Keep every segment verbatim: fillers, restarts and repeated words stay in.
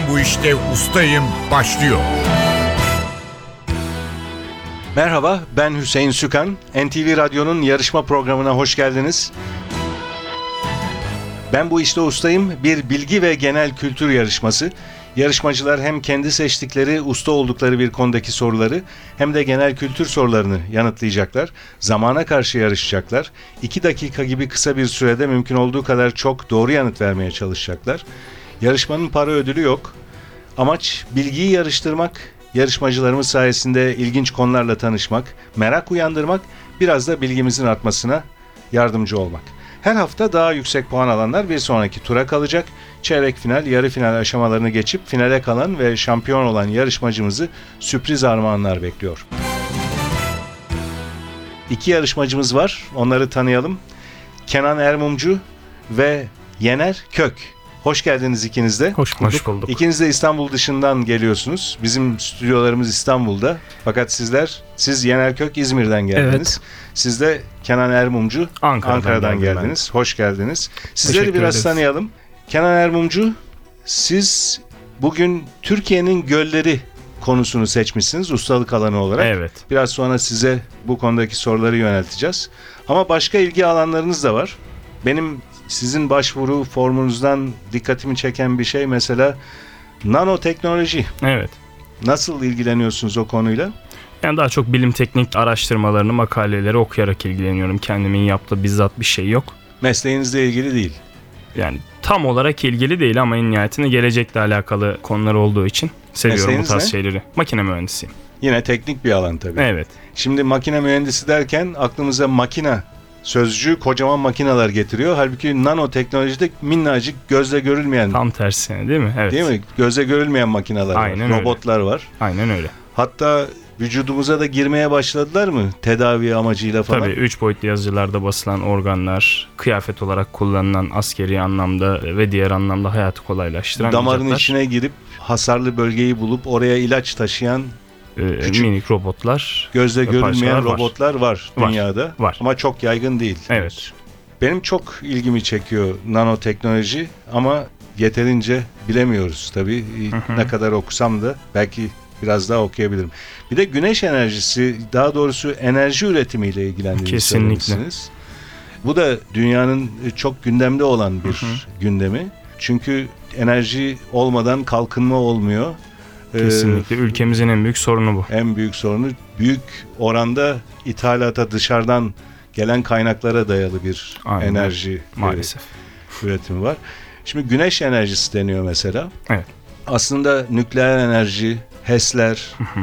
bu işte ustayım başlıyor. Merhaba, ben Hüseyin Sükan. N T V Radyo'nun yarışma programına hoş geldiniz. Ben bu işte ustayım bir bilgi ve genel kültür yarışması. Yarışmacılar hem kendi seçtikleri, usta oldukları bir konudaki soruları hem de genel kültür sorularını yanıtlayacaklar. Zamana karşı yarışacaklar. İki dakika gibi kısa bir sürede mümkün olduğu kadar çok doğru yanıt vermeye çalışacaklar. Yarışmanın para ödülü yok. Amaç bilgiyi yarıştırmak, yarışmacılarımız sayesinde ilginç konularla tanışmak, merak uyandırmak, biraz da bilgimizin artmasına yardımcı olmak. Her hafta daha yüksek puan alanlar bir sonraki tura kalacak. Çeyrek final, yarı final aşamalarını geçip finale kalan ve şampiyon olan yarışmacımızı sürpriz armağanlar bekliyor. İki yarışmacımız var. Onları tanıyalım. Kenan Ermumcu ve Yener Kök. Hoş geldiniz ikiniz de. Hoş bulduk. Hoş bulduk. İkiniz de İstanbul dışından geliyorsunuz. Bizim stüdyolarımız İstanbul'da. Fakat sizler, siz Yener Kök İzmir'den geldiniz. Evet. Siz de Kenan Ermumcu Ankara'dan, Ankara'dan geldiniz. Ben. Hoş geldiniz. Sizleri Teşekkür biraz ederiz. Tanıyalım. Kenan Ermumcu, siz bugün Türkiye'nin gölleri konusunu seçmişsiniz ustalık alanı olarak. Evet. Biraz sonra size bu konudaki soruları yönelteceğiz. Ama başka ilgi alanlarınız da var. Benim sizin başvuru formunuzdan dikkatimi çeken bir şey mesela nanoteknoloji. Evet. Nasıl ilgileniyorsunuz o konuyla? Yani daha çok bilim teknik araştırmalarını, makaleleri okuyarak ilgileniyorum. Kendimin yaptığı bizzat bir şey yok. Mesleğinizle ilgili değil. Yani tam olarak ilgili değil ama en nihayetinde gelecekle alakalı konular olduğu için seviyorum Mesleğiniz bu tarz ne? şeyleri. Makine mühendisiyim. Yine teknik bir alan tabii. Evet. Şimdi makine mühendisi derken aklımıza makine sözcüğü kocaman makineler getiriyor. Halbuki nanoteknolojide minnacık gözle görülmeyen. Tam tersine değil mi? Evet. Değil mi? Gözle görülmeyen makineler Aynen var. Robotlar öyle. var. Aynen öyle. Hatta vücudumuza da girmeye başladılar mı? Tedavi amacıyla falan. Tabii üç boyutlu yazıcılarda basılan organlar, kıyafet olarak kullanılan askeri anlamda ve diğer anlamda hayatı kolaylaştıran damarın icatlar. içine girip hasarlı bölgeyi bulup oraya ilaç taşıyan ee, küçük minik robotlar, gözle görülmeyen robotlar var, var dünyada. Var. Ama çok yaygın değil. Evet. Benim çok ilgimi çekiyor nanoteknoloji ama yeterince bilemiyoruz tabii. Hı hı. Ne kadar okusam da belki biraz daha okuyabilirim. Bir de güneş enerjisi, daha doğrusu enerji üretimiyle ilgilendiğinizi söylemişsiniz. Bu da dünyanın çok gündemde olan bir hı hı. gündemi. Çünkü enerji olmadan kalkınma olmuyor. Kesinlikle. Ee, ülkemizin en büyük sorunu bu. En büyük sorunu. Büyük oranda ithalata, dışarıdan gelen kaynaklara dayalı bir Aynen. enerji maalesef e, üretimi var. Şimdi güneş enerjisi deniyor mesela. Evet. Aslında nükleer enerji, HES'ler, hı hı.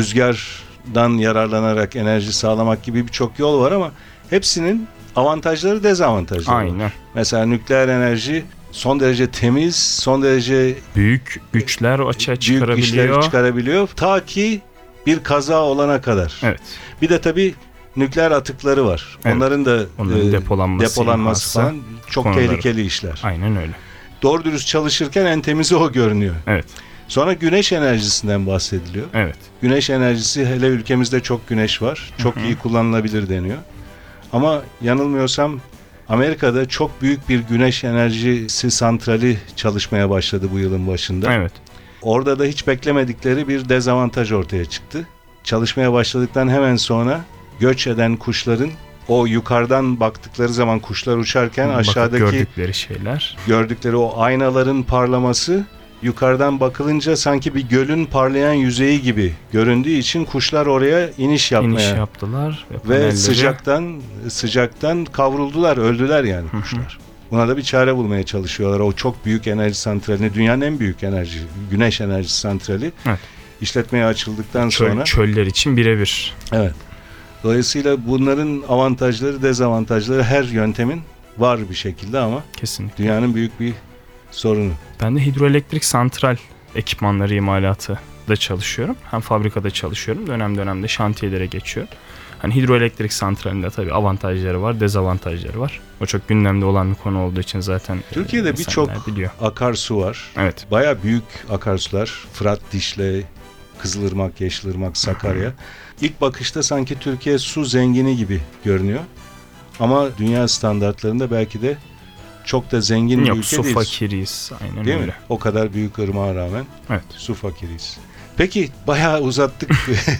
rüzgardan yararlanarak enerji sağlamak gibi birçok yol var ama hepsinin avantajları, dezavantajları Aynen. var. Mesela nükleer enerji son derece temiz, son derece büyük güçler açığa çıkarabiliyor. Büyük güçler çıkarabiliyor. Ta ki bir kaza olana kadar. Evet. Bir de tabii nükleer atıkları var. Evet. Onların da Onların e, depolanması, depolanması falan çok konuları. Tehlikeli işler. Aynen öyle. Doğru dürüst çalışırken en temizi o görünüyor. Evet. Sonra güneş enerjisinden bahsediliyor. Evet. Güneş enerjisi, hele ülkemizde çok güneş var. Çok Hı-hı. iyi kullanılabilir deniyor. Ama yanılmıyorsam Amerika'da çok büyük bir güneş enerjisi santrali çalışmaya başladı bu yılın başında. Evet. Orada da hiç beklemedikleri bir dezavantaj ortaya çıktı. Çalışmaya başladıktan hemen sonra göç eden kuşların o yukarıdan baktıkları zaman kuşlar uçarken Bakıp aşağıdaki gördükleri şeyler, gördükleri o aynaların parlaması yukarıdan bakılınca sanki bir gölün parlayan yüzeyi gibi göründüğü için kuşlar oraya iniş yapmaya iniş yaptılar ve, ve sıcaktan sıcaktan kavruldular, öldüler yani kuşlar. Buna da bir çare bulmaya çalışıyorlar. O çok büyük enerji santralini, dünyanın en büyük enerji, güneş enerji santrali evet. işletmeye açıldıktan Çöl, sonra çöller için birebir. Evet. Dolayısıyla bunların avantajları, dezavantajları her yöntemin var bir şekilde ama kesinlikle dünyanın büyük bir sorunu. Ben de hidroelektrik santral ekipmanları imalatı da çalışıyorum. Hem fabrikada çalışıyorum. Dönem dönem de şantiyelere geçiyorum. Hani hidroelektrik santralinde tabii avantajları var, dezavantajları var. O çok gündemde olan bir konu olduğu için zaten Türkiye'de birçok akarsu var. Evet. Bayağı büyük akarsular. Fırat, Dicle, Kızılırmak, Yeşilırmak, Sakarya. İlk bakışta sanki Türkiye su zengini gibi görünüyor. Ama dünya standartlarında belki de çok da zengin bir Yok, ülke su değiliz. fakiriyiz. Aynen Değil öyle. mi? O kadar büyük ırmağa rağmen Evet. su fakiriyiz. Peki bayağı uzattık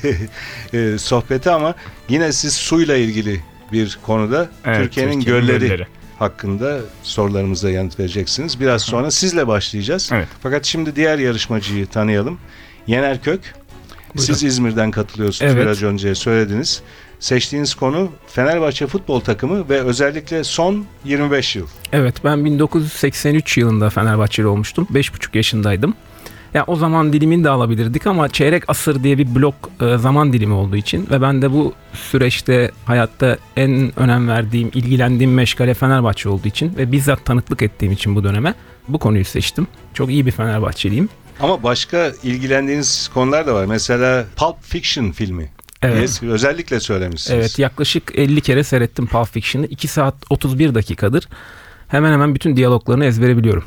e, sohbeti ama yine siz suyla ilgili bir konuda Evet, Türkiye'nin, Türkiye'nin gölleri, gölleri. hakkında sorularımıza yanıt vereceksiniz. Biraz sonra sizle başlayacağız. Evet. Fakat şimdi diğer yarışmacıyı tanıyalım. Yener Kök. Siz İzmir'den katılıyorsunuz. Evet. Biraz önce söylediniz. Seçtiğiniz konu Fenerbahçe futbol takımı ve özellikle son yirmi beş yıl. Evet, ben bin dokuz yüz seksen üç yılında Fenerbahçeli olmuştum. beş buçuk yaşındaydım. Ya o zaman dilimini de alabilirdik ama çeyrek asır diye bir blok e, zaman dilimi olduğu için ve ben de bu süreçte hayatta en önem verdiğim, ilgilendiğim meşgale Fenerbahçe olduğu için ve bizzat tanıklık ettiğim için bu döneme bu konuyu seçtim. Çok iyi bir Fenerbahçeliyim. Ama başka ilgilendiğiniz konular da var. Mesela Pulp Fiction filmi. Evet. diye özellikle söylemişsiniz. Evet, yaklaşık elli kere seyrettim Pulp Fiction'ı. iki saat otuz bir dakikadır. Hemen hemen bütün diyaloglarını ezbere biliyorum.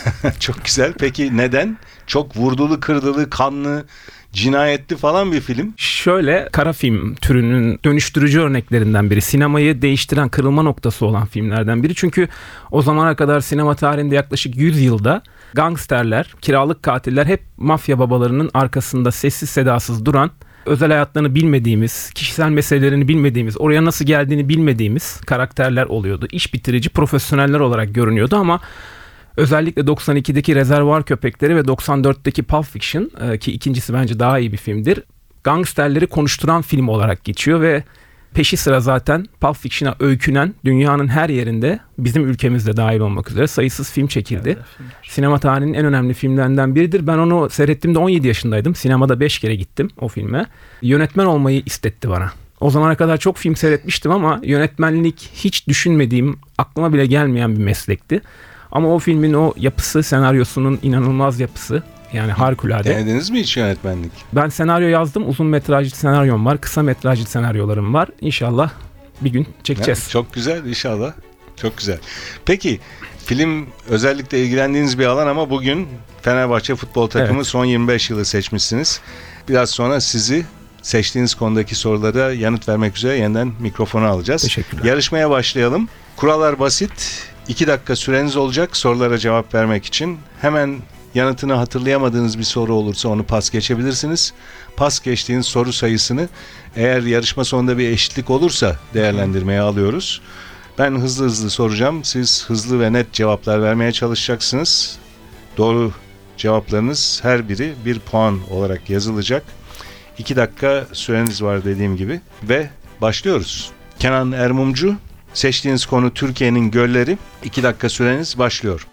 Çok güzel. Peki neden? Çok vurdulu, kırdılı, kanlı, cinayetli falan bir film. Şöyle, kara film türünün dönüştürücü örneklerinden biri. Sinemayı değiştiren, kırılma noktası olan filmlerden biri. Çünkü o zamana kadar sinema tarihinde yaklaşık yüz yılda gangsterler, kiralık katiller hep mafya babalarının arkasında sessiz sedasız duran, özel hayatlarını bilmediğimiz, kişisel meselelerini bilmediğimiz, oraya nasıl geldiğini bilmediğimiz karakterler oluyordu. İş bitirici profesyoneller olarak görünüyordu ama özellikle doksan ikideki Rezervuar Köpekleri ve doksan dörtteki Pulp Fiction, ki ikincisi bence daha iyi bir filmdir, gangsterleri konuşturan film olarak geçiyor ve peşi sıra zaten Pulp Fiction'a öykünen dünyanın her yerinde, bizim ülkemizde dahil olmak üzere sayısız film çekildi. Sinema tarihinin en önemli filmlerinden biridir. Ben onu seyrettiğimde on yedi yaşındaydım. Sinemada beş kere gittim o filme. Yönetmen olmayı istetti bana. O zamana kadar çok film seyretmiştim ama yönetmenlik hiç düşünmediğim, aklıma bile gelmeyen bir meslekti. Ama o filmin o yapısı, senaryosunun inanılmaz yapısı, yani harikulade. Denediniz mi hiç yönetmenlik? Ben senaryo yazdım. Uzun metrajlı senaryom var. Kısa metrajlı senaryolarım var. İnşallah bir gün çekeceğiz. Ya, çok güzel inşallah. Çok güzel. Peki film özellikle ilgilendiğiniz bir alan ama bugün Fenerbahçe futbol takımı Evet. son yirmi beş yılı seçmişsiniz. Biraz sonra sizi seçtiğiniz konudaki sorulara yanıt vermek üzere yeniden mikrofonu alacağız. Teşekkürler. Yarışmaya başlayalım. Kurallar basit. iki dakika süreniz olacak sorulara cevap vermek için. Hemen yanıtını hatırlayamadığınız bir soru olursa onu pas geçebilirsiniz. Pas geçtiğiniz soru sayısını eğer yarışma sonunda bir eşitlik olursa değerlendirmeye alıyoruz. Ben hızlı hızlı soracağım. Siz hızlı ve net cevaplar vermeye çalışacaksınız. Doğru cevaplarınız her biri bir puan olarak yazılacak. iki dakika süreniz var dediğim gibi ve başlıyoruz. Kenan Ermumcu, seçtiğiniz konu Türkiye'nin gölleri. iki dakika süreniz başlıyor.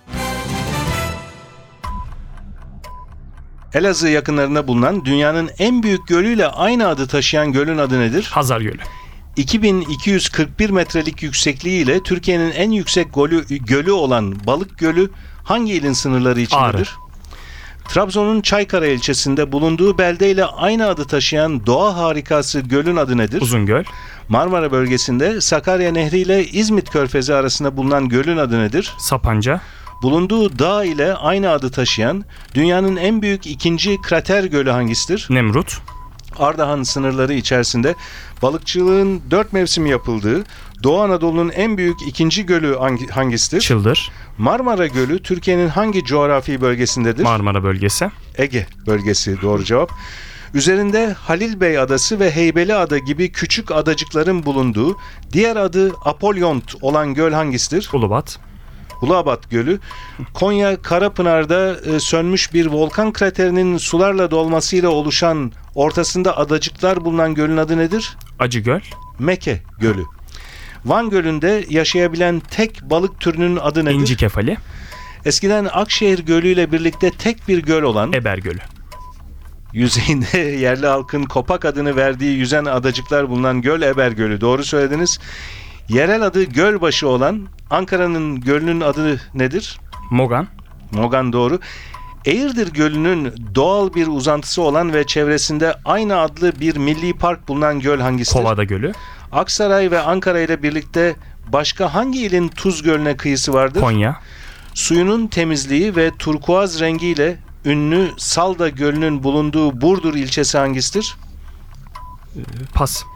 Elazığ yakınlarında bulunan dünyanın en büyük gölüyle aynı adı taşıyan gölün adı nedir? Hazar Gölü. iki bin iki yüz kırk bir metrelik yüksekliğiyle Türkiye'nin en yüksek gölü, gölü olan Balık Gölü hangi ilin sınırları içindedir? Ağrı. Trabzon'un Çaykara ilçesinde bulunduğu beldeyle aynı adı taşıyan doğa harikası gölün adı nedir? Uzungöl. Marmara bölgesinde Sakarya Nehri ile İzmit Körfezi arasında bulunan gölün adı nedir? Sapanca. Bulunduğu dağ ile aynı adı taşıyan dünyanın en büyük ikinci krater gölü hangisidir? Nemrut. Ardahan sınırları içerisinde balıkçılığın dört mevsim yapıldığı Doğu Anadolu'nun en büyük ikinci gölü hangi- hangisidir? Çıldır. Marmara Gölü Türkiye'nin hangi coğrafi bölgesindedir? Marmara bölgesi. Ege bölgesi doğru cevap. Üzerinde Halil Bey Adası ve Heybeli Ada gibi küçük adacıkların bulunduğu diğer adı Apollont olan göl hangisidir? Ulubat. Uluabat Gölü. Konya Karapınar'da e, sönmüş bir volkan kraterinin sularla dolmasıyla oluşan ortasında adacıklar bulunan gölün adı nedir? Acıgöl. Meke Gölü. Van Gölü'nde yaşayabilen tek balık türünün adı nedir? İnci Kefali. Eskiden Akşehir Gölü ile birlikte tek bir göl olan, Eber Gölü. yüzeyinde yerli halkın Kopak adını verdiği yüzen adacıklar bulunan göl Eber Gölü. Doğru söylediniz. Yerel adı Gölbaşı olan Ankara'nın gölünün adı nedir? Mogan. Mogan doğru. Eğirdir Gölü'nün doğal bir uzantısı olan ve çevresinde aynı adlı bir milli park bulunan göl hangisidir? Kovada Gölü. Aksaray ve Ankara ile birlikte başka hangi ilin Tuz Gölü'ne kıyısı vardır? Konya. Suyunun temizliği ve turkuaz rengiyle ünlü Salda Gölü'nün bulunduğu Burdur ilçesi hangisidir? Pas.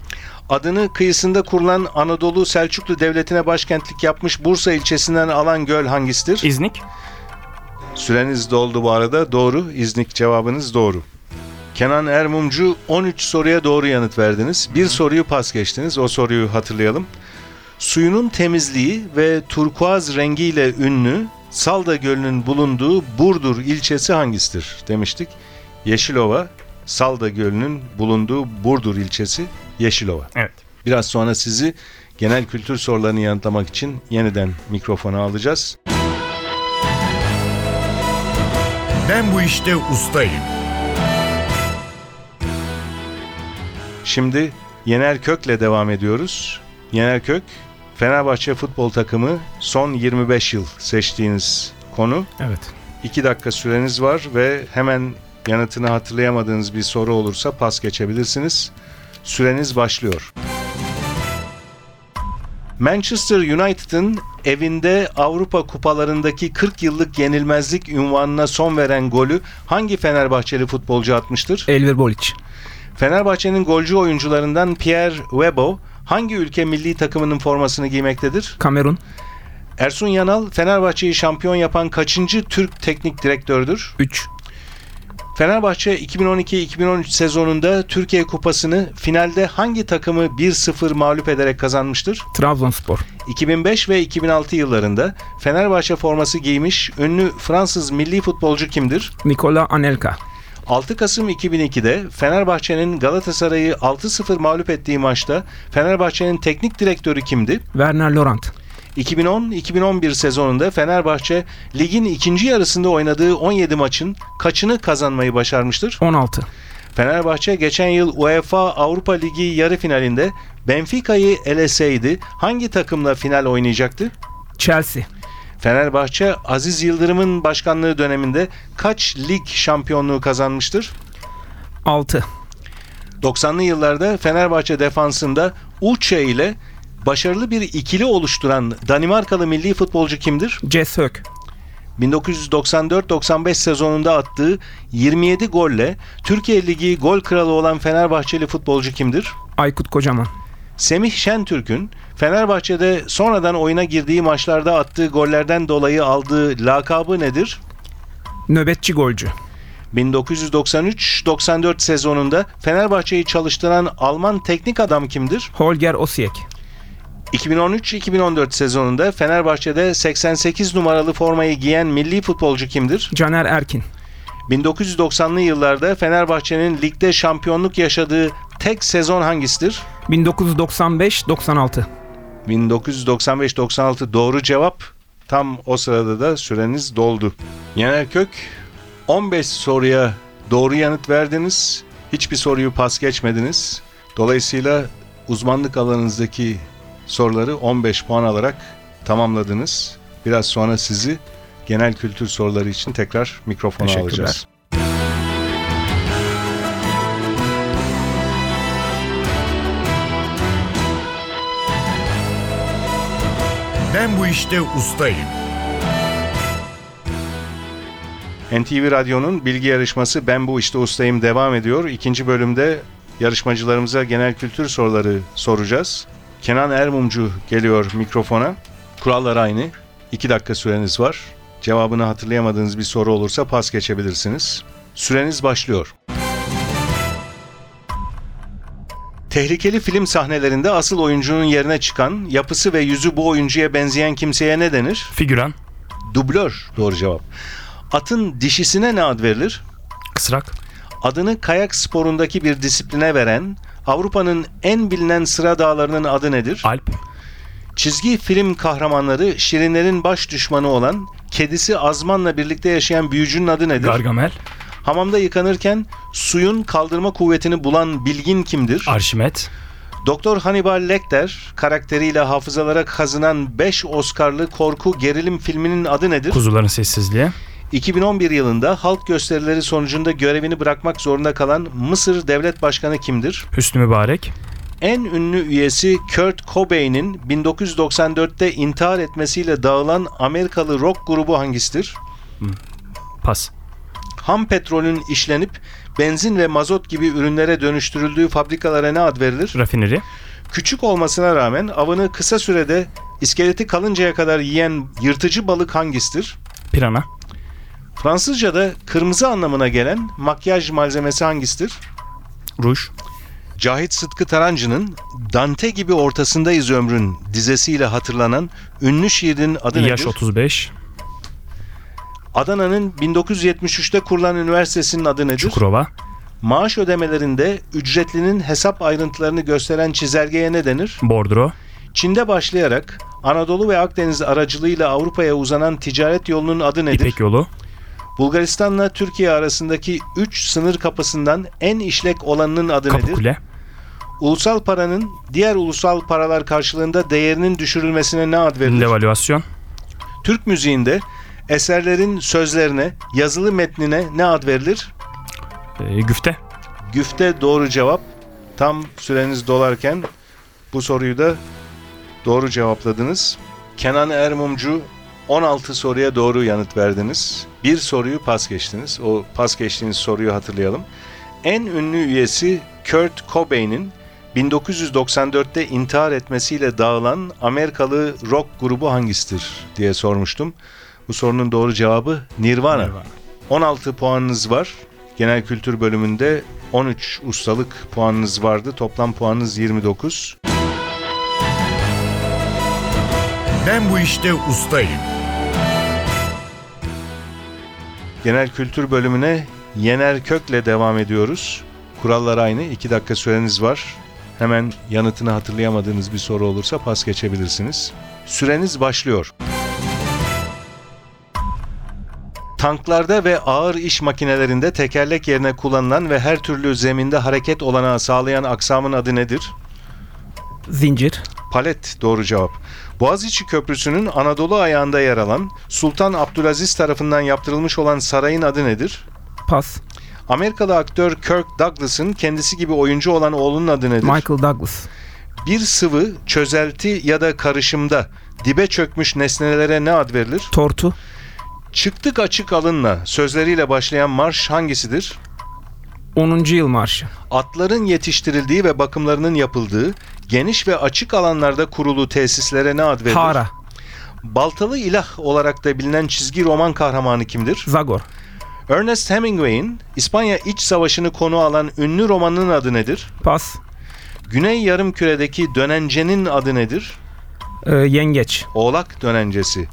Adını kıyısında kurulan Anadolu Selçuklu Devleti'ne başkentlik yapmış Bursa ilçesinden alan göl hangisidir? İznik. Süreniz doldu bu arada. Doğru. İznik cevabınız doğru. Kenan Ermumcu on üç soruya doğru yanıt verdiniz. Bir soruyu pas geçtiniz. O soruyu hatırlayalım. Suyunun temizliği ve turkuaz rengiyle ünlü Salda Gölü'nün bulunduğu Burdur ilçesi hangisidir demiştik. Yeşilova. Salda Gölü'nün bulunduğu Burdur ilçesi Yeşilova. Evet. Biraz sonra sizi genel kültür sorularını yanıtlamak için yeniden mikrofona alacağız. Ben bu işte ustayım. Şimdi Yener Kök'le devam ediyoruz. Yener Kök, Fenerbahçe futbol takımı son yirmi beş yıl seçtiğiniz konu. Evet. iki dakika süreniz var ve hemen yanıtını hatırlayamadığınız bir soru olursa pas geçebilirsiniz. Süreniz başlıyor. Manchester United'ın evinde Avrupa kupalarındaki kırk yıllık yenilmezlik unvanına son veren golü hangi Fenerbahçeli futbolcu atmıştır? Elver Boliç. Fenerbahçe'nin golcü oyuncularından Pierre Webo hangi ülke milli takımının formasını giymektedir? Kamerun. Ersun Yanal Fenerbahçe'yi şampiyon yapan kaçıncı Türk teknik direktördür? üç. Fenerbahçe iki bin on iki iki bin on üç sezonunda Türkiye Kupası'nı finalde hangi takımı bir sıfır mağlup ederek kazanmıştır? Trabzonspor. iki bin beş ve iki bin altı yıllarında Fenerbahçe forması giymiş ünlü Fransız milli futbolcu kimdir? Nikola Anelka. altı Kasım iki bin ikide Fenerbahçe'nin Galatasaray'ı altı sıfır mağlup ettiği maçta Fenerbahçe'nin teknik direktörü kimdi? Werner Laurent. iki bin on iki bin on bir sezonunda Fenerbahçe ligin ikinci yarısında oynadığı on yedi maçın kaçını kazanmayı başarmıştır? on altı. Fenerbahçe geçen yıl UEFA Avrupa Ligi yarı finalinde Benfica'yı eleseydi hangi takımla final oynayacaktı? Chelsea. Fenerbahçe Aziz Yıldırım'ın başkanlığı döneminde kaç lig şampiyonluğu kazanmıştır? altı. doksanlı yıllarda Fenerbahçe defansında Uche ile başarılı bir ikili oluşturan Danimarkalı milli futbolcu kimdir? Jess Höck. bin dokuz yüz doksan dört doksan beş sezonunda attığı yirmi yedi golle Türkiye Ligi gol kralı olan Fenerbahçeli futbolcu kimdir? Aykut Kocaman. Semih Şentürk'ün Fenerbahçe'de sonradan oyuna girdiği maçlarda attığı gollerden dolayı aldığı lakabı nedir? Nöbetçi golcü. bin dokuz yüz doksan üç doksan dört sezonunda Fenerbahçe'yi çalıştıran Alman teknik adam kimdir? Holger Osijek. iki bin on üç iki bin on dört sezonunda Fenerbahçe'de seksen sekiz numaralı formayı giyen milli futbolcu kimdir? Caner Erkin. bin dokuz yüz doksanlı yıllarda Fenerbahçe'nin ligde şampiyonluk yaşadığı tek sezon hangisidir? bin dokuz yüz doksan beş doksan altı. bin dokuz yüz doksan beş doksan altı doğru cevap. Tam o sırada da süreniz doldu. Yener Kök, on beş soruya doğru yanıt verdiniz. Hiçbir soruyu pas geçmediniz. Dolayısıyla uzmanlık alanınızdaki soruları on beş puan alarak tamamladınız. Biraz sonra sizi genel kültür soruları için tekrar mikrofona Teşekkürler. alacağız. Ben bu işte ustayım. N T V Radyo'nun bilgi yarışması Ben Bu İşte Ustayım devam ediyor. İkinci bölümde yarışmacılarımıza genel kültür soruları soracağız. Kenan Ermumcu geliyor mikrofona. Kurallar aynı. iki dakika süreniz var. Cevabını hatırlayamadığınız bir soru olursa pas geçebilirsiniz. Süreniz başlıyor. Tehlikeli film sahnelerinde asıl oyuncunun yerine çıkan, yapısı ve yüzü bu oyuncuya benzeyen kimseye ne denir? Figüran. Dublör doğru cevap. Atın dişisine ne ad verilir? Kısrak. Adını kayak sporundaki bir disipline veren, Avrupa'nın en bilinen sıra dağlarının adı nedir? Alp. Çizgi film kahramanları Şirinlerin baş düşmanı olan, kedisi Azman'la birlikte yaşayan büyücünün adı nedir? Gargamel. Hamamda yıkanırken suyun kaldırma kuvvetini bulan bilgin kimdir? Arşimet. Doktor Hannibal Lecter karakteriyle hafızalara kazınan beş Oscar'lı korku gerilim filminin adı nedir? Kuzuların Sessizliği. iki bin on bir yılında halk gösterileri sonucunda görevini bırakmak zorunda kalan Mısır Devlet Başkanı kimdir? Hüsnü Mübarek. En ünlü üyesi Kurt Cobain'in bin dokuz yüz doksan dörtte intihar etmesiyle dağılan Amerikalı rock grubu hangisidir? Pas. Ham petrolün işlenip benzin ve mazot gibi ürünlere dönüştürüldüğü fabrikalara ne ad verilir? Rafineri. Küçük olmasına rağmen avını kısa sürede iskeleti kalıncaya kadar yiyen yırtıcı balık hangisidir? Pirana. Fransızca'da kırmızı anlamına gelen makyaj malzemesi hangisidir? Ruj. Cahit Sıtkı Tarancı'nın Dante gibi ortasındayız ömrün dizesiyle hatırlanan ünlü şiirinin adı Yaş nedir? otuz beş. Adana'nın bin dokuz yüz yetmiş üçte kurulan üniversitesinin adı nedir? Çukurova. Maaş ödemelerinde ücretlinin hesap ayrıntılarını gösteren çizelgeye ne denir? Bordro. Çin'de başlayarak Anadolu ve Akdeniz aracılığıyla Avrupa'ya uzanan ticaret yolunun adı nedir? İpek yolu. Bulgaristan'la Türkiye arasındaki üç sınır kapısından en işlek olanının adı nedir? Kapıkule. Ulusal paranın diğer ulusal paralar karşılığında değerinin düşürülmesine ne ad verilir? Devalüasyon. Türk müziğinde eserlerin sözlerine, yazılı metnine ne ad verilir? E, güfte. Güfte doğru cevap. Tam süreniz dolarken bu soruyu da doğru cevapladınız. Kenan Ermumcu on altı soruya doğru yanıt verdiniz. Bir soruyu pas geçtiniz. O pas geçtiğiniz soruyu hatırlayalım. En ünlü üyesi Kurt Cobain'in bin dokuz yüz doksan dörtte intihar etmesiyle dağılan Amerikalı rock grubu hangisidir diye sormuştum. Bu sorunun doğru cevabı Nirvana. Nirvana. on altı puanınız var. Genel kültür bölümünde on üç ustalık puanınız vardı. Toplam puanınız yirmi dokuz. Ben bu işte ustayım. Genel kültür bölümüne Yener Kök'le devam ediyoruz. Kurallar aynı. iki dakika süreniz var. Hemen yanıtını hatırlayamadığınız bir soru olursa pas geçebilirsiniz. Süreniz başlıyor. Tanklarda ve ağır iş makinelerinde tekerlek yerine kullanılan ve her türlü zeminde hareket olanağı sağlayan aksamın adı nedir? Zincir. Palet doğru cevap. Boğaziçi Köprüsü'nün Anadolu ayağında yer alan Sultan Abdülaziz tarafından yaptırılmış olan sarayın adı nedir? Pas. Amerikalı aktör Kirk Douglas'ın kendisi gibi oyuncu olan oğlunun adı nedir? Michael Douglas. Bir sıvı, çözelti ya da karışımda dibe çökmüş nesnelere ne ad verilir? Tortu. Çıktık açık alınla sözleriyle başlayan marş hangisidir? onuncu yıl marşı. Atların yetiştirildiği ve bakımlarının yapıldığı geniş ve açık alanlarda kurulu tesislere ne ad verilir? Hara. Baltalı ilah olarak da bilinen çizgi roman kahramanı kimdir? Zagor. Ernest Hemingway'in İspanya İç Savaşı'nı konu alan ünlü romanının adı nedir? Pas. Güney Yarımküre'deki dönencenin adı nedir? Ee, yengeç. Oğlak dönencesi.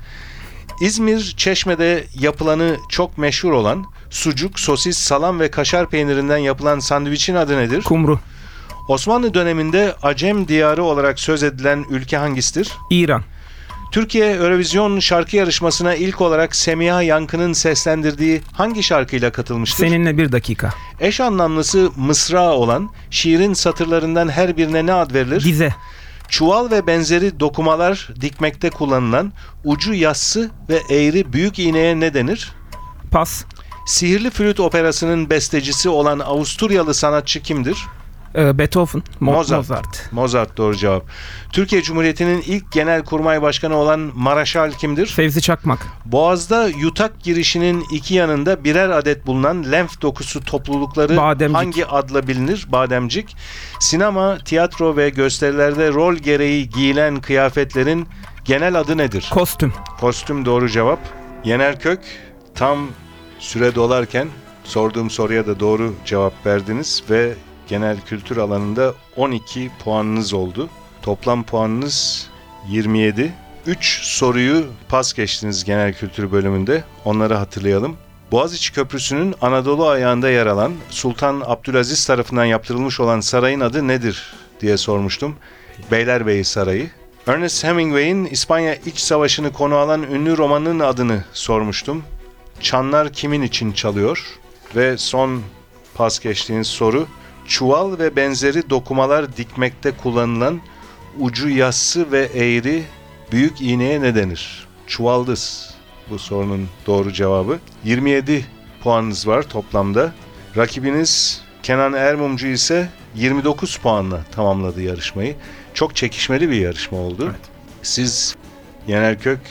İzmir Çeşme'de yapılanı çok meşhur olan sucuk, sosis, salam ve kaşar peynirinden yapılan sandviçin adı nedir? Kumru. Osmanlı döneminde Acem diyarı olarak söz edilen ülke hangisidir? İran. Türkiye Eurovision şarkı yarışmasına ilk olarak Semiha Yankı'nın seslendirdiği hangi şarkıyla katılmıştır? Seninle bir dakika. Eş anlamlısı mısra olan şiirin satırlarından her birine ne ad verilir? Dize. Çuval ve benzeri dokumalar dikmekte kullanılan ucu yassı ve eğri büyük iğneye ne denir? Pas. Sihirli Flüt Operası'nın bestecisi olan Avusturyalı sanatçı kimdir? Ee, Beethoven. Mo- Mozart. Mozart. Mozart doğru cevap. Türkiye Cumhuriyeti'nin ilk genelkurmay başkanı olan Maraşal kimdir? Fevzi Çakmak. Boğaz'da yutak girişinin iki yanında birer adet bulunan lenf dokusu toplulukları Bademcik. hangi adla bilinir? Bademcik. Sinema, tiyatro ve gösterilerde rol gereği giyilen kıyafetlerin genel adı nedir? Kostüm. Kostüm doğru cevap. Yener Kök tam süre dolarken sorduğum soruya da doğru cevap verdiniz ve genel kültür alanında on iki puanınız oldu. Toplam puanınız yirmi yedi. üç soruyu pas geçtiniz genel kültür bölümünde. Onları hatırlayalım. Boğaziçi Köprüsü'nün Anadolu ayağında yer alan Sultan Abdülaziz tarafından yaptırılmış olan sarayın adı nedir diye sormuştum. Beylerbeyi Sarayı. Ernest Hemingway'in İspanya İç Savaşı'nı konu alan ünlü romanının adını sormuştum. Çanlar kimin için çalıyor? Ve son pas geçtiğiniz soru, çuval ve benzeri dokumalar dikmekte kullanılan ucu yassı ve eğri büyük iğneye ne denir? Çuvaldız bu sorunun doğru cevabı. yirmi yedi puanınız var toplamda. Rakibiniz Kenan Ermumcu ise yirmi dokuz puanla tamamladı yarışmayı. Çok çekişmeli bir yarışma oldu. Evet. Siz Yener Kök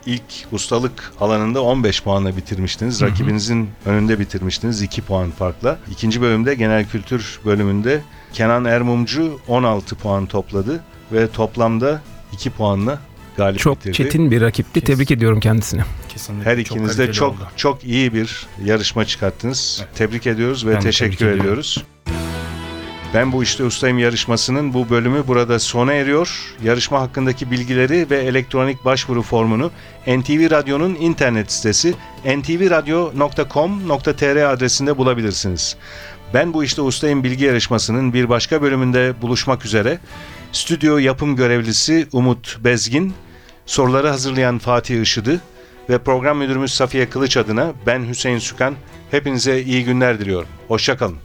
ilk ustalık alanında on beş puanla bitirmiştiniz. Rakibinizin önünde bitirmiştiniz iki puan farkla. İkinci bölümde genel kültür bölümünde Kenan Ermumcu on altı puan topladı ve toplamda iki puanla galip Çok bitirdi. çetin bir rakipti. Tebrik ediyorum kendisine. Kesinlikle. Her ikiniz de kaliteli çok oldu. çok iyi bir yarışma çıkarttınız. Evet. Tebrik ediyoruz ve Ben de teşekkür tebrik ediyorum. ediyoruz. Ben Bu İşte Ustayım yarışmasının bu bölümü burada sona eriyor. Yarışma hakkındaki bilgileri ve elektronik başvuru formunu N T V Radyo'nun internet sitesi en ti vi radyo nokta com nokta t r adresinde bulabilirsiniz. Ben Bu İşte Ustayım bilgi yarışmasının bir başka bölümünde buluşmak üzere. Stüdyo yapım görevlisi Umut Bezgin, soruları hazırlayan Fatih Işıdı ve program müdürümüz Safiye Kılıç adına ben Hüseyin Sükan. Hepinize iyi günler diliyorum. Hoşça kalın.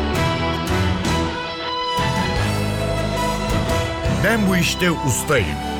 Ben bu işte ustayım.